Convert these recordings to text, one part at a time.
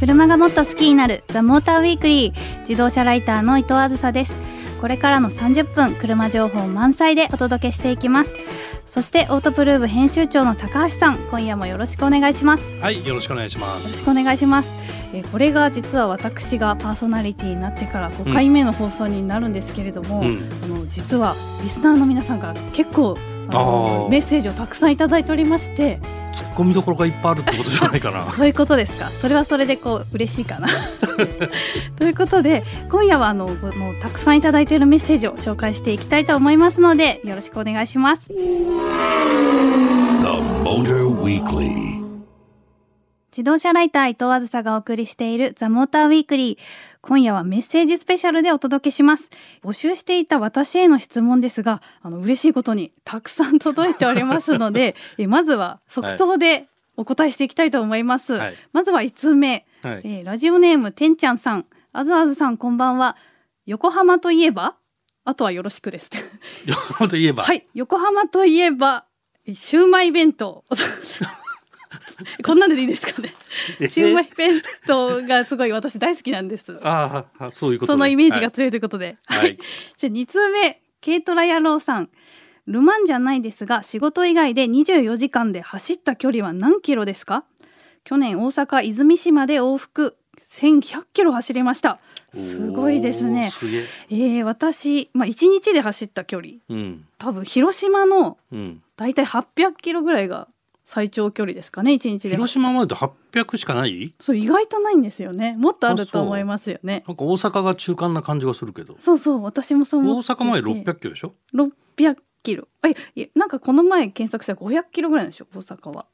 車がもっと好きになるザ・モーターウィークリー、自動車ライターの伊藤あずさです。これからの30分、車情報満載でお届けしていきます。そしてオートプルーブ編集長の高橋さん、今夜もよろしくお願いします。 はい、よろしくお願いします。 よろしくお願いします。これが実は私がパーソナリティになってから5回目の放送になるんですけれども、実はリスナーの皆さんから結構メッセージをたくさんいただいておりまして、 ツッコミどころがいっぱいあるってことじゃないかなそういうことですか。それはそれで嬉しいかなということで、今夜はもうたくさんいただいているメッセージを紹介していきたいと思いますので、よろしくお願いします。 The Motor Weekly、 自動車ライター伊藤あずさがお送りしているザ・モーターウィークリー、今夜はメッセージスペシャルでお届けします。募集していた私への質問ですが、嬉しいことにたくさん届いておりますのでまずは即答でお答えしていきたいと思います、まずは1通目、ラジオネームてんちゃんさん、あずあずさんこんばんは。横浜といえば、あとはよろしくです横浜といえば、 はい、横浜といえばシウマイ弁当こんなんでいいですかねシウマイ弁当がすごい私大好きなんです。 そういうこと、 そのイメージが強いということで、じゃあ2通目、軽トラ野郎さん、ルマンじゃないですが仕事以外で24時間で走った距離は何キロですか？去年大阪和泉市まで往復1100キロ走りました。すごいですね。私、1日で走った距離、多分広島のだいたい800キロぐらいが最長距離ですかね、1日で。 広島まで800しかない？ そう、意外とないんですよね。もっとあると思いますよね。 なんか大阪が中間な感じがするけど。 そうそう、私もそう思ってて。 大阪まで600キロでしょ。 600キロ。なんかこの前検索したら500キロぐらいでしょ、大阪は。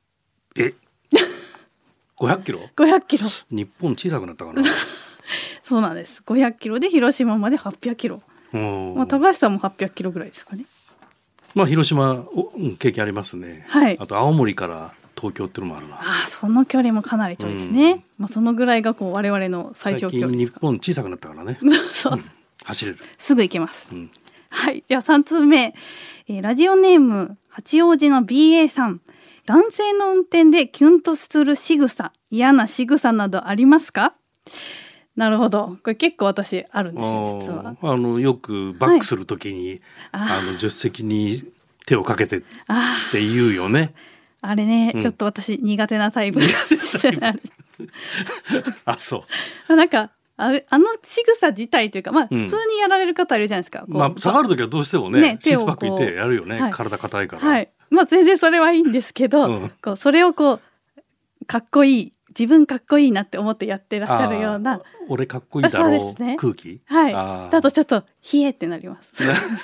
500キロ 500キロ。 日本小さくなったかなそうなんです。500キロで広島まで800キロ。高橋さんも800キロぐらいですかね。 広島経験ありますね、あと青森から東京っていうのもあるな。 その距離もかなり遠いですね、そのぐらいが我々の最長距離ですか。 最近日本小さくなったからねそう、走れる、 すぐ行けます、はい。では3通目、ラジオネーム八王子の BA さん、男性の運転でキュンとする仕草、嫌な仕草などありますか？なるほど、これ結構私あるんですよ実は。 よくバックするときに、助手席に手をかけてって言うよね。 あれね、ちょっと私苦手なタイプそうなんかあの仕草自体というか、普通にやられる方いるじゃないですか。 下がるときはどうしてもねシートバックいてやるよね、体硬いから。 全然それはいいんですけど、それをかっこいい、自分かっこいいなって思ってやってらっしゃるような、 俺かっこいいだろう、空気、 あとちょっと冷えってなります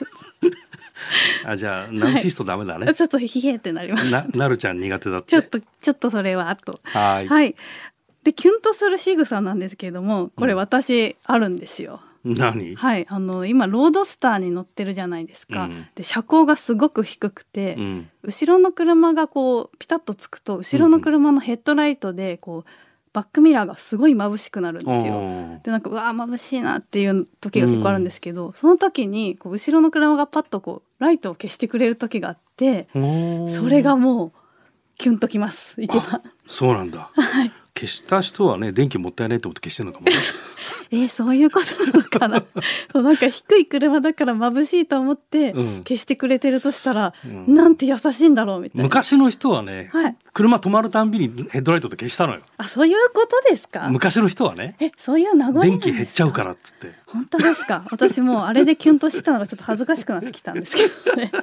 じゃあナルシストダメだねちょっと冷えってなります。 なるちゃん苦手だって。 ちょっとそれはでキュンとする仕草なんですけれども、これ私あるんですよ。 何？ 今ロードスターに乗ってるじゃないですか、で車高がすごく低くて、後ろの車がピタッとつくと後ろの車のヘッドライトでバックミラーがすごい眩しくなるんですよ。でなんかうわー眩しいなっていう時が結構あるんですけど、その時に後ろの車がパッとライトを消してくれる時があって、それがもうキュンときます一番。 そうなんだ、消した人はね、電気もったいないと思って消してるのかもそういうことなのかななんか低い車だから眩しいと思って消してくれてるとしたら、なんて優しいんだろうみたいな。 昔の人はね、車止まるたんびにヘッドライトで消したのよ。 そういうことですか？昔の人はね、 そういう名残なんですか？ 電気減っちゃうからっつって。 本当ですか？私もうあれでキュンとしてたのがちょっと恥ずかしくなってきたんですけどね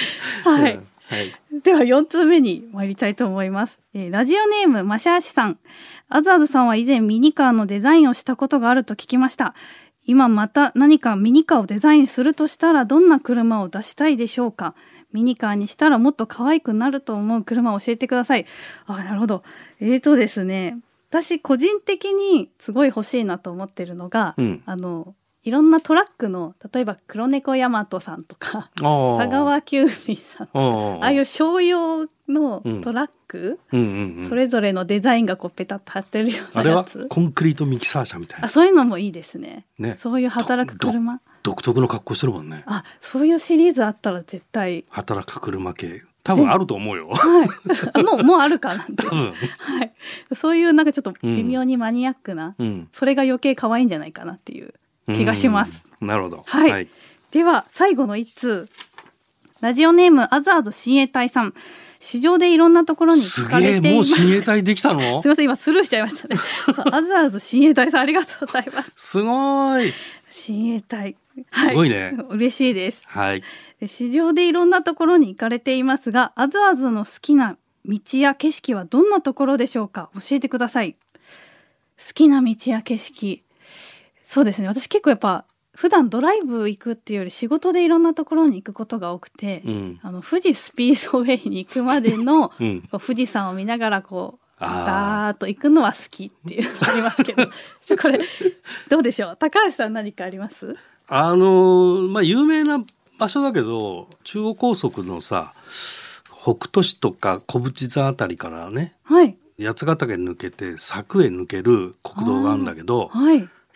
では4通目に参りたいと思います。ラジオネームマシャーシさん、あずあずさんは以前ミニカーのデザインをしたことがあると聞きました。今また何かミニカーをデザインするとしたらどんな車を出したいでしょうか？ミニカーにしたらもっと可愛くなると思う車を教えてください。なるほど。ですね、私個人的にすごい欲しいなと思ってるのが、いろんなトラックの、例えば黒猫ヤマトさんとか佐川急便さんとか、ああいう商用のトラック、それぞれのデザインがペタッと貼ってるようなやつ。 あれはコンクリートミキサー車みたいな。 そういうのもいいですね。そういう働く車、 独特の格好してるもんね。 そういうシリーズあったら絶対。 働く車系多分あると思うよ。 はい、もうあるかなって多分、 はい、そういうなんかちょっと微妙にマニアックな、それが余計可愛いんじゃないかなっていう気がします。 なるほど、 はいはい、では最後の1通、ラジオネームアザーズ親衛隊さん。市場でいろんなところに聞かれています。 すげえ、もう親衛隊できたの？ すみません、今スルーしちゃいましたね。アザーズ親衛隊さん、ありがとうございます。 すごい。 親衛隊、はい、 すごいね。 嬉しいです。 はい。 市場でいろんなところに行かれていますが、アザーズの好きな道や景色はどんなところでしょうか？教えてください。好きな道や景色、そうですね、私結構やっぱ普段ドライブ行くっていうより仕事でいろんなところに行くことが多くて、富士スピードウェイに行くまでの、富士山を見ながらこうダーッと行くのは好きっていうのがありますけどこれどうでしょう、高橋さん何かあります？ 有名な場所だけど、中央高速のさ、北斗市とか小淵座あたりからね、はい、八ヶ岳抜けて佐久へ抜ける国道があるんだけど、はい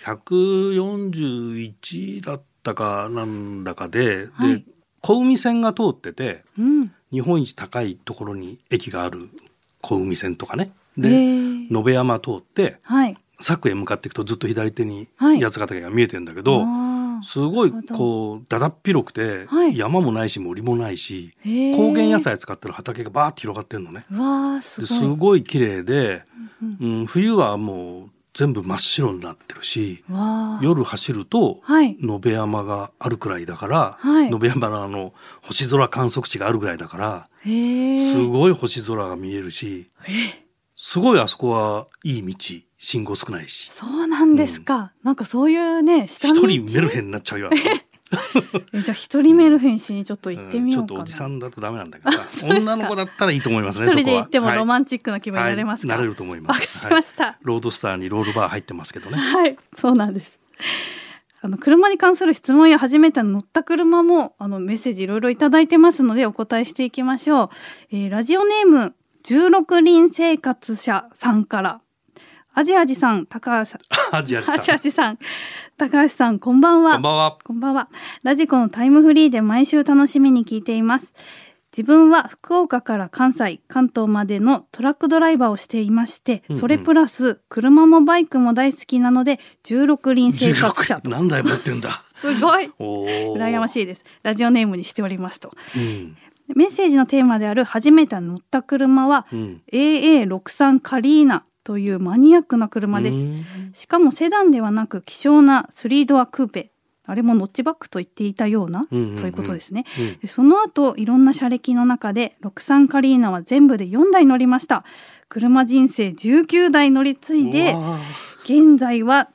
、141だったかなんだかで、はい、で小海線が通ってて、日本一高いところに駅がある小海線とかね、で延山通って、はい、佐久へ向かっていくとずっと左手に八ヶ岳が見えてるんだけど、すごいこうだだっ広くて、山もないし森もないし、高原野菜使ってる畑がバーッと広がってるのね。すごい綺麗で、冬はもう全部真っ白になってるし、夜走ると延山があるくらいだから、延山の星空観測地があるくらいだから、すごい星空が見えるし、すごいあそこはいい道、信号少ないし。 そうなんですか、なんかそういうね、 一人メルヘンになっちゃうよ。 じゃあ一人メルヘンしにちょっと行ってみようかな。 ちょっとおじさんだとダメなんだけどさ、女の子だったらいいと思いますね。 一人で行ってもロマンチックな気分になれますか？ なれると思います。 わかりました、 ロードスターにロールバー入ってますけどね。 はい、そうなんです。車に関する質問や初めて乗った車もメッセージいろいろいただいてますのでお答えしていきましょう。ラジオネーム16輪生活者さんから、アジアジさん、高橋さん、高橋さん、こんばんは。 こんばんは。 こんばんは。ラジコのタイムフリーで毎週楽しみに聞いています。自分は福岡から関西、関東までのトラックドライバーをしていまして、それプラス車もバイクも大好きなので16輪生活者と。 何台持ってんだ。 すごい。羨ましいです。ラジオネームにしておりますと。メッセージのテーマである初めて乗った車は、AA63 カリーナというマニアックな車です。しかもセダンではなく希少な3ドアクーペ、あれもノッチバックと言っていたような、ということですね。でその後いろんな車歴の中で63カリーナは全部で4台乗りました。車人生19台乗り継いで現在は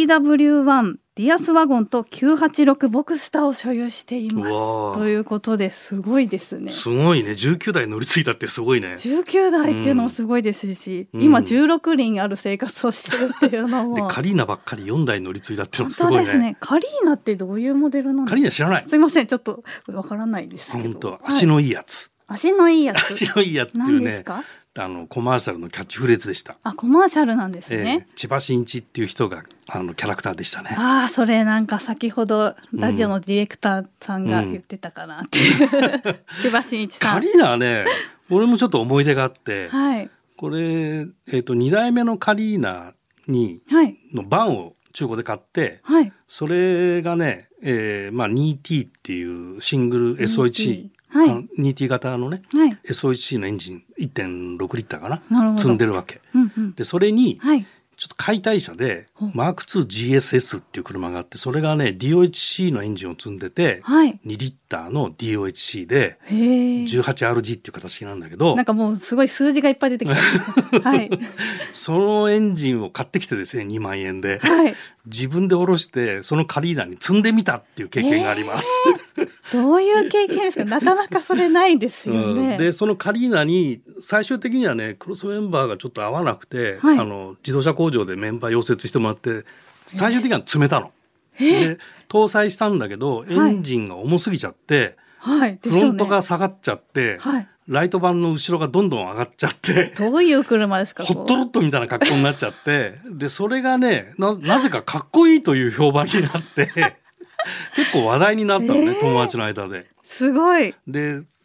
TW1 ディアスワゴンと986ボクスターを所有していますということで、すごいですね。 すごいね。19台乗り継いだってすごいね。 19台っていうのもすごいですし、今16輪ある生活をしてるっていうのも。 でカリーナばっかり4台乗り継いだっていうのもすごいね。 本当ですね。カリーナってどういうモデルなんですか？ カリーナ知らない。 すいません、ちょっとわからないですけど。 本当、足のいいやつ。 足のいいやつ。 足のいいやつっていう何ですか？ コマーシャルのキャッチフレーズでした。 コマーシャルなんですね。 千葉真一っていう人がキャラクターでしたね。 それなんか先ほどラジオのディレクターさんが言ってたかなっていう、千葉真一さん。 カリーナはね、俺もちょっと思い出があって、これ、2代目のカリーナのバンを中古で買って、それがね、2T っていうシングル SOHC、2T 型のね、SOHC のエンジン 1.6 リッターかな、積んでるわけ。でそれに、ちょっと解体車でマーク 2GSS っていう車があって、それがね DOHC のエンジンを積んでて、2リッターの DOHC で 18RG っていう形なんだけど、 なんかもうすごい数字がいっぱい出てきた、 そのエンジンを買ってきてですね、2万円で、自分で下ろしてそのカリーナに積んでみたっていう経験があります。 どういう経験ですか？なかなかそれないですよね。 でそのカリーナに最終的にはね、クロスメンバーがちょっと合わなくて、自動車工場でメンバー溶接してもらって最終的には詰めたの。で搭載したんだけど、エンジンが重すぎちゃって、フロントが下がっちゃって、ライトバンの後ろがどんどん上がっちゃって、 どういう車ですか？ ホットロットみたいな格好になっちゃってでそれがね なぜかかっこいいという評判になって結構話題になったのね、友達の間で。 すごい。 で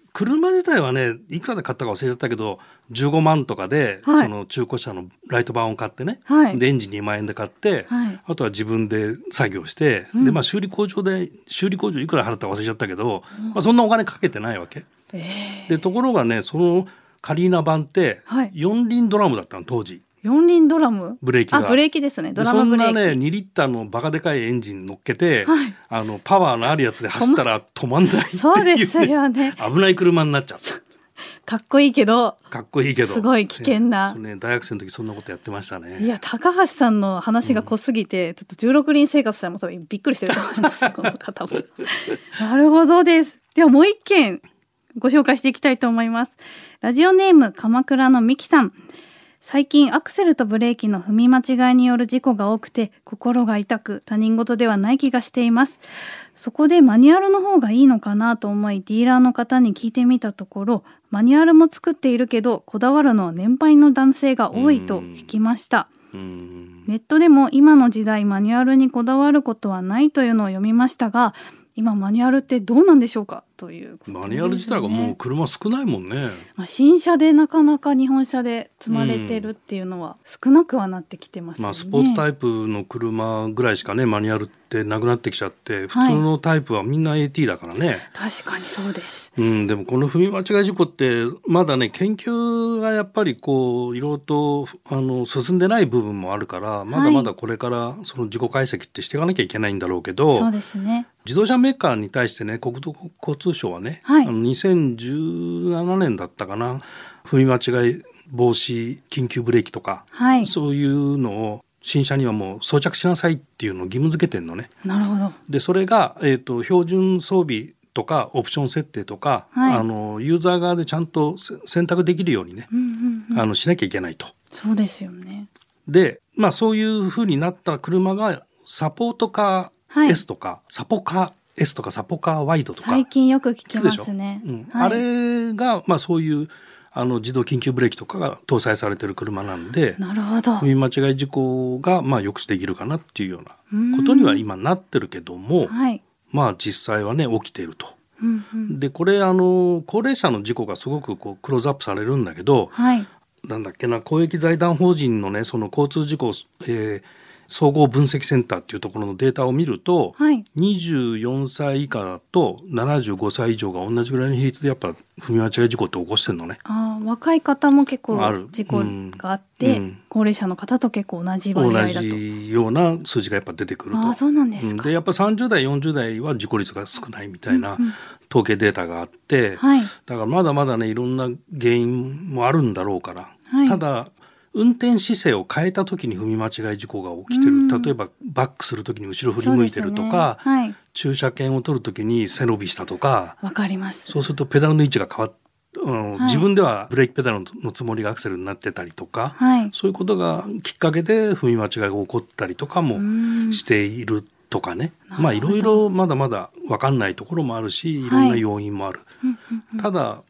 車自体はねいくらで買ったか忘れちゃったけど15万とかで、その中古車のライト版を買ってね、でエンジン2万円で買って、あとは自分で作業して、で修理工場いくら払ったか忘れちゃったけど、そんなお金かけてないわけ、でところがねそのカリーナ版って4輪ドラムだったの当時。 4輪ドラムブレーキがブレーキですね。ドラムブレーキ。 そんなね2リッターのバカでかいエンジン乗っけて、パワーのあるやつで走ったら止まんないっていう、ね、 そうですよね。 危ない車になっちゃった。 かっこいいけどすごい危険な、 大学生の時そんなことやってましたね。 いや高橋さんの話が濃すぎて、ちょっと16輪生活したらも多分びっくりしてると思いますこの方もなるほどです。ではもう一件ご紹介していきたいと思います。ラジオネーム鎌倉のみきさん。最近アクセルとブレーキの踏み間違いによる事故が多くて心が痛く他人事ではない気がしています。そこでマニュアルの方がいいのかなと思いディーラーの方に聞いてみたところ、マニュアルも作っているけどこだわるのは年配の男性が多いと聞きました。ネットでも今の時代マニュアルにこだわることはないというのを読みましたが、今マニュアルってどうなんでしょうかということですね。 マニュアル自体がもう車少ないもんね。 新車でなかなか日本車で積まれてるっていうのは少なくはなってきてますよね。 スポーツタイプの車ぐらいしかねマニュアルってなくなってきちゃって、普通のタイプはみんな AT だからね。 確かにそうです、 でもこの踏み間違い事故ってまだね研究がやっぱりこういろいろと進んでない部分もあるからまだまだこれからその事故解析ってしていかなきゃいけないんだろうけど、 そうですね。 自動車メーカーに対してね国土交通省はね、2017年だったかな、踏み間違い防止緊急ブレーキとか、そういうのを新車にはもう装着しなさいっていうのを義務付けてんのね。 なるほど。 でそれが、標準装備とかオプション設定とか、ユーザー側でちゃんと選択できるようにね、しなきゃいけないと。 そうですよね。 でそういう風になった車がサポートカー S とか、サポカー S とかサポカーワイドとか最近よく聞きますね。 あれがそういう自動緊急ブレーキとかが搭載されてる車なんで、 なるほど。 踏み間違い事故が抑止できるかなっていうようなことには今なってるけども、実際はね起きていると。でこれ高齢者の事故がすごくこうクローズアップされるんだけど、なんだっけな、公益財団法人のねその交通事故、総合分析センターっていうところのデータを見ると、24歳以下と75歳以上が同じぐらいの比率でやっぱ踏み間違い事故って起こしてるのね。 若い方も結構事故があって、高齢者の方と結構同じ割合だと。 同じような数字がやっぱ出てくると。 そうなんですか。 でやっぱ30代40代は事故率が少ないみたいな統計データがあって、だからまだまだねいろんな原因もあるんだろうから、ただ運転姿勢を変えた時に踏み間違い事故が起きてる、例えばバックする時に後ろ振り向いてるとか、駐車券を取る時に背伸びしたとか。 わかります。 そうするとペダルの位置が変わって、自分ではブレーキペダルのつもりがアクセルになってたりとか、そういうことがきっかけで踏み間違いが起こったりとかもしているとかね。いろいろまだまだ分かんないところもあるし、いろんな要因もある。ただ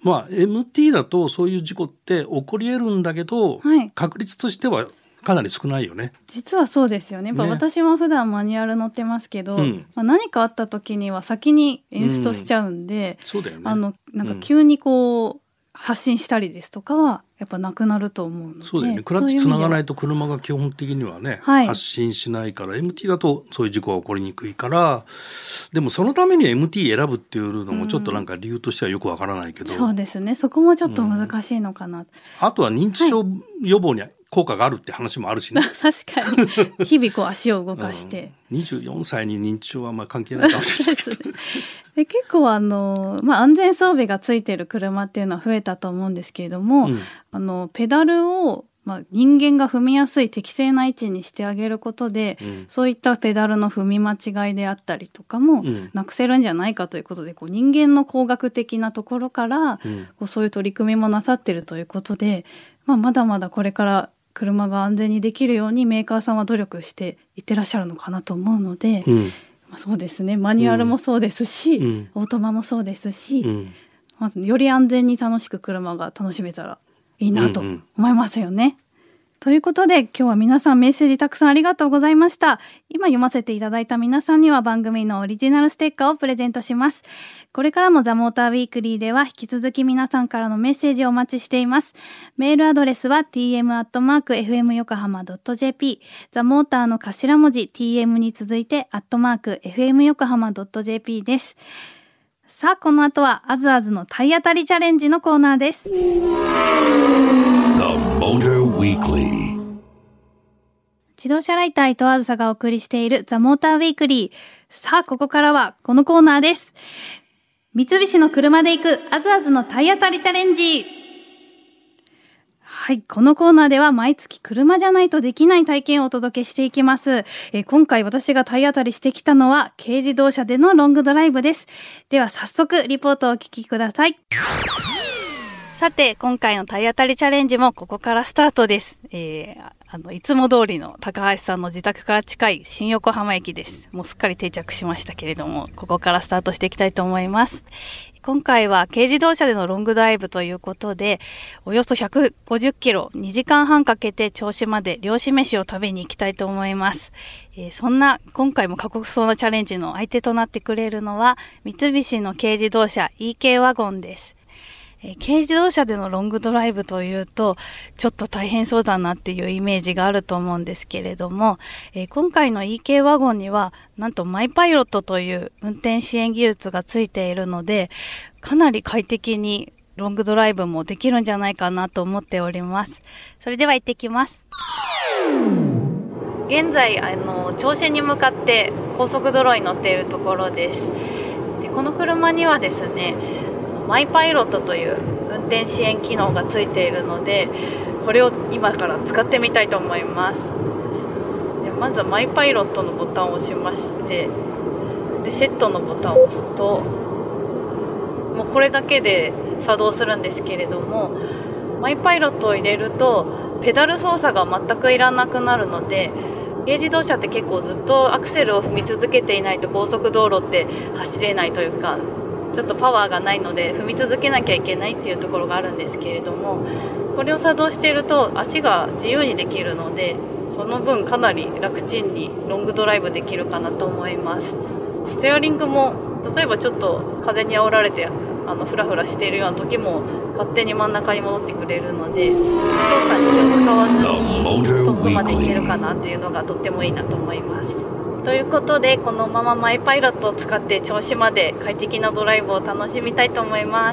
MT だとそういう事故って起こり得るんだけど、確率としてはかなり少ないよね。 実はそうですよね。私も普段マニュアル乗ってますけど、何かあった時には先にエンストしちゃうんで、 そうだよね。 なんか急にこう発進したりですとかはやっぱなくなると思うので。 そうだよね。クラッチつながないと車が基本的にはね、発進しないから、MT だとそういう事故が起こりにくいから。でもそのために MT 選ぶっていうのもちょっとなんか理由としてはよくわからないけど、 そうですね。そこもちょっと難しいのかな。 あとは認知症予防に効果があるって話もあるしね。 確かに日々こう足を動かして、 24歳に認知症は関係ないかもしれないですね。 で結構安全装備がついている車っていうのは増えたと思うんですけれども、ペダルを人間が踏みやすい適正な位置にしてあげることで、そういったペダルの踏み間違いであったりとかもなくせるんじゃないかということで、人間の工学的なところから、そういう取り組みもなさっているということで、まだまだこれから車が安全にできるようにメーカーさんは努力していってらっしゃるのかなと思うので、そうですね。マニュアルもそうですし、オートマもそうですし、より安全に楽しく車が楽しめたらいいなと思いますよね。 ということで今日は皆さんメッセージたくさんありがとうございました。今読ませていただいた皆さんには番組のオリジナルステッカーをプレゼントします。これからもザ・モーターウィークリーでは引き続き皆さんからのメッセージをお待ちしています。メールアドレスは tm@fmyokohama.jp、 ザ・モーターの頭文字 tm に続いて@fmyokohama.jp です。さあこの後はアズアズの体当たりチャレンジのコーナーです。自動車ライター伊藤あずさがお送りしているザ・モーターウィークリー。さあここからはこのコーナーです。三菱の車で行くアズアズの体当たりチャレンジ。はい、このコーナーでは毎月車じゃないとできない体験をお届けしていきます。今回私が体当たりしてきたのは軽自動車でのロングドライブです。では早速リポートをお聞きください。さて今回の体当たりチャレンジもここからスタートです。いつも通りの高橋さんの自宅から近い新横浜駅です。もうすっかり定着しましたけれども、ここからスタートしていきたいと思います。今回は軽自動車でのロングドライブということで、およそ150キロ、2時間半かけて銚子まで漁師飯を食べに行きたいと思います。そんな今回も過酷そうなチャレンジの相手となってくれるのは三菱の軽自動車 EK ワゴンです。軽自動車でのロングドライブというとちょっと大変そうだなっていうイメージがあると思うんですけれども、今回の EK ワゴンにはなんとマイパイロットという運転支援技術がついているので、かなり快適にロングドライブもできるんじゃないかなと思っております。それでは行ってきます。現在銚子に向かって高速道路に乗っているところです。でこの車にはですねマイパイロットという運転支援機能がついているので、これを今から使ってみたいと思います。でまずはマイパイロットのボタンを押しまして、でセットのボタンを押すともうこれだけで作動するんですけれども、マイパイロットを入れるとペダル操作が全くいらなくなるので、軽自動車って結構ずっとアクセルを踏み続けていないと高速道路って走れないというか、ちょっとパワーがないので踏み続けなきゃいけないっていうところがあるんですけれども、これを作動していると足が自由にできるので、その分かなり楽ちんにロングドライブできるかなと思います。ステアリングも例えばちょっと風に煽られてフラフラしているような時も勝手に真ん中に戻ってくれるので、操作に気を使わずにどこまでいけるかなっていうのがとってもいいなと思います。ということでこのままマイパイロットを使って銚子まで快適なドライブを楽しみたいと思います。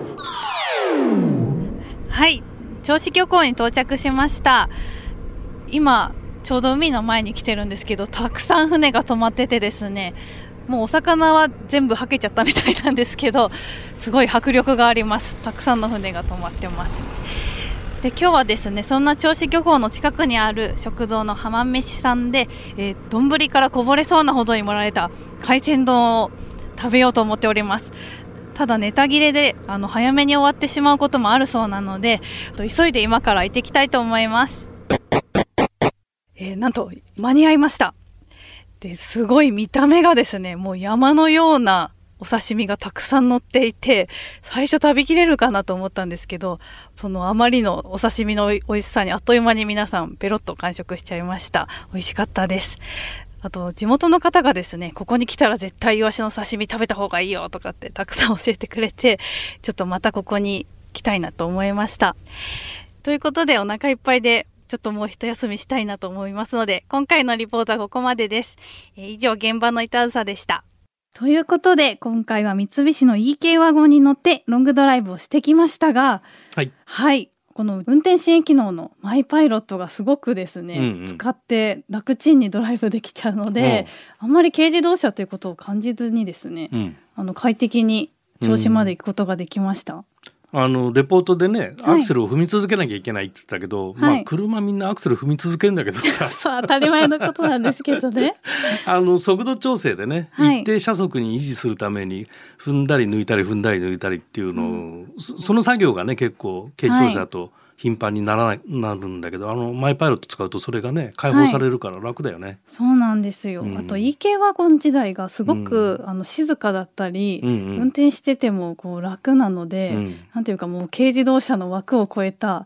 はい、銚子漁港に到着しました。今ちょうど海の前に来てるんですけど、たくさん船が止まっててですね、もうお魚は全部はけちゃったみたいなんですけど、すごい迫力があります。たくさんの船が止まってます。で今日はですね、そんな銚子漁港の近くにある食堂の浜飯さんで、丼からこぼれそうなほどに盛られた海鮮丼を食べようと思っております。ただネタ切れで早めに終わってしまうこともあるそうなので、急いで今から行ってきたいと思います。なんと間に合いました。ですごい見た目がですね、もう山のようなお刺身がたくさん乗っていて、最初食べきれるかなと思ったんですけど、そのあまりのお刺身の美味しさにあっという間に皆さんペロッと完食しちゃいました。美味しかったです。あと地元の方がですね、ここに来たら絶対イワシの刺身食べた方がいいよとかってたくさん教えてくれて、ちょっとまたここに来たいなと思いました。ということでお腹いっぱいでちょっともう一休みしたいなと思いますので、今回のリポートはここまでです。以上現場の伊藤あずさでした。ということで今回は三菱の EK ワゴンに乗ってロングドライブをしてきましたが、はい、この運転支援機能のマイパイロットがすごくですね、使って楽ちんにドライブできちゃうので、あんまり軽自動車ということを感じずにですね、快適に銚子まで行くことができました。 レポートでね、アクセルを踏み続けなきゃいけないって言ったけど、車みんなアクセル踏み続けるんだけどさそう当たり前のことなんですけどね速度調整でね、一定車速に維持するために踏んだり抜いたり踏んだり抜いたりっていうのを、その作業がね結構軽自動車だと頻繁になるんだけど、マイパイロット使うとそれがね解放されるから楽だよね。 そうなんですよ。あと EK ワゴン自体がすごく、静かだったり、運転しててもこう楽なので、なんていうかもう軽自動車の枠を超えた、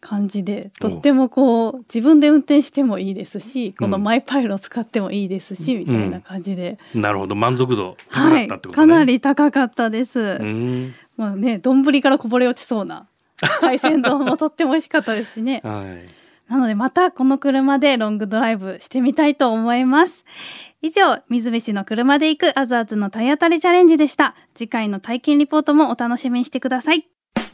感じで、とってもこう自分で運転してもいいですし、このマイパイロを使ってもいいですし、みたいな感じで、 なるほど、満足度高かったってことね。 かなり高かったです。まあね、丼からこぼれ落ちそうな海鮮丼もとっても美味しかったですしね。なのでまたこの車でロングドライブしてみたいと思います。以上、水菱の車で行くアズアズの体当たりチャレンジでした。次回の体験リポートもお楽しみにしてください。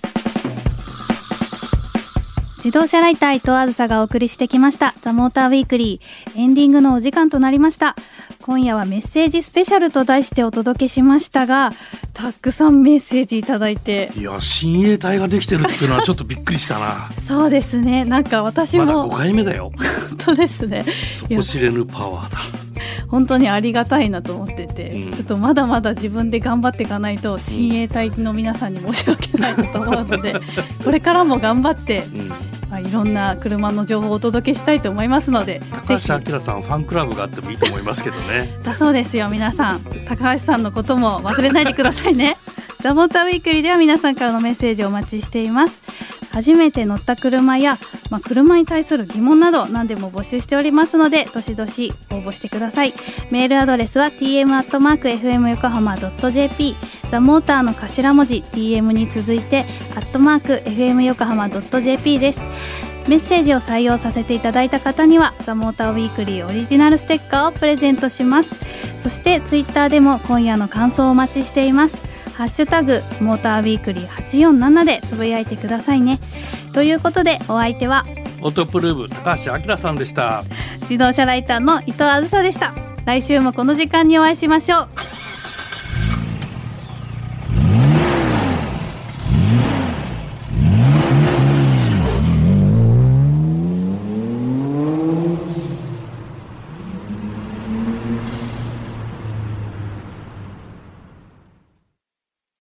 自動車ライター伊藤あずさがお送りしてきましたザ・モーターウィークリー、エンディングのお時間となりました。今夜はメッセージスペシャルと題してお届けしましたが、たくさんメッセージいただいて、 いや、親衛隊ができてるっていうのはちょっとびっくりしたな。 そうですね、なんか私もまだ5回目だよ。 本当ですね。 底知れぬパワーだ。 本当にありがたいなと思ってて、ちょっとまだまだ自分で頑張っていかないと親衛隊の皆さんに申し訳ないなと思うので、これからも頑張って、いろんな車の情報をお届けしたいと思いますので、 高橋明さんファンクラブがあってもいいと思いますけどね。 だそうですよ。皆さん、高橋さんのことも忘れないでくださいね。ザ・モーターウィークリーでは皆さんからのメッセージをお待ちしています。初めて乗った車や、車に対する疑問など何でも募集しておりますので、どしどし応募してください。メールアドレスは tm@fmyokohama.jp、 ザ・モーターの頭文字 tm に続いて@fmyokohama.jp です。メッセージを採用させていただいた方にはザ・モーターウィークリーオリジナルステッカーをプレゼントします。そしてツイッターでも今夜の感想をお待ちしています。ハッシュタグモーターウィークリー847でつぶやいてくださいね。ということで、お相手はオートプルーブ高橋明さんでした。 自動車ライターの伊藤あずさでした。来週もこの時間にお会いしましょう。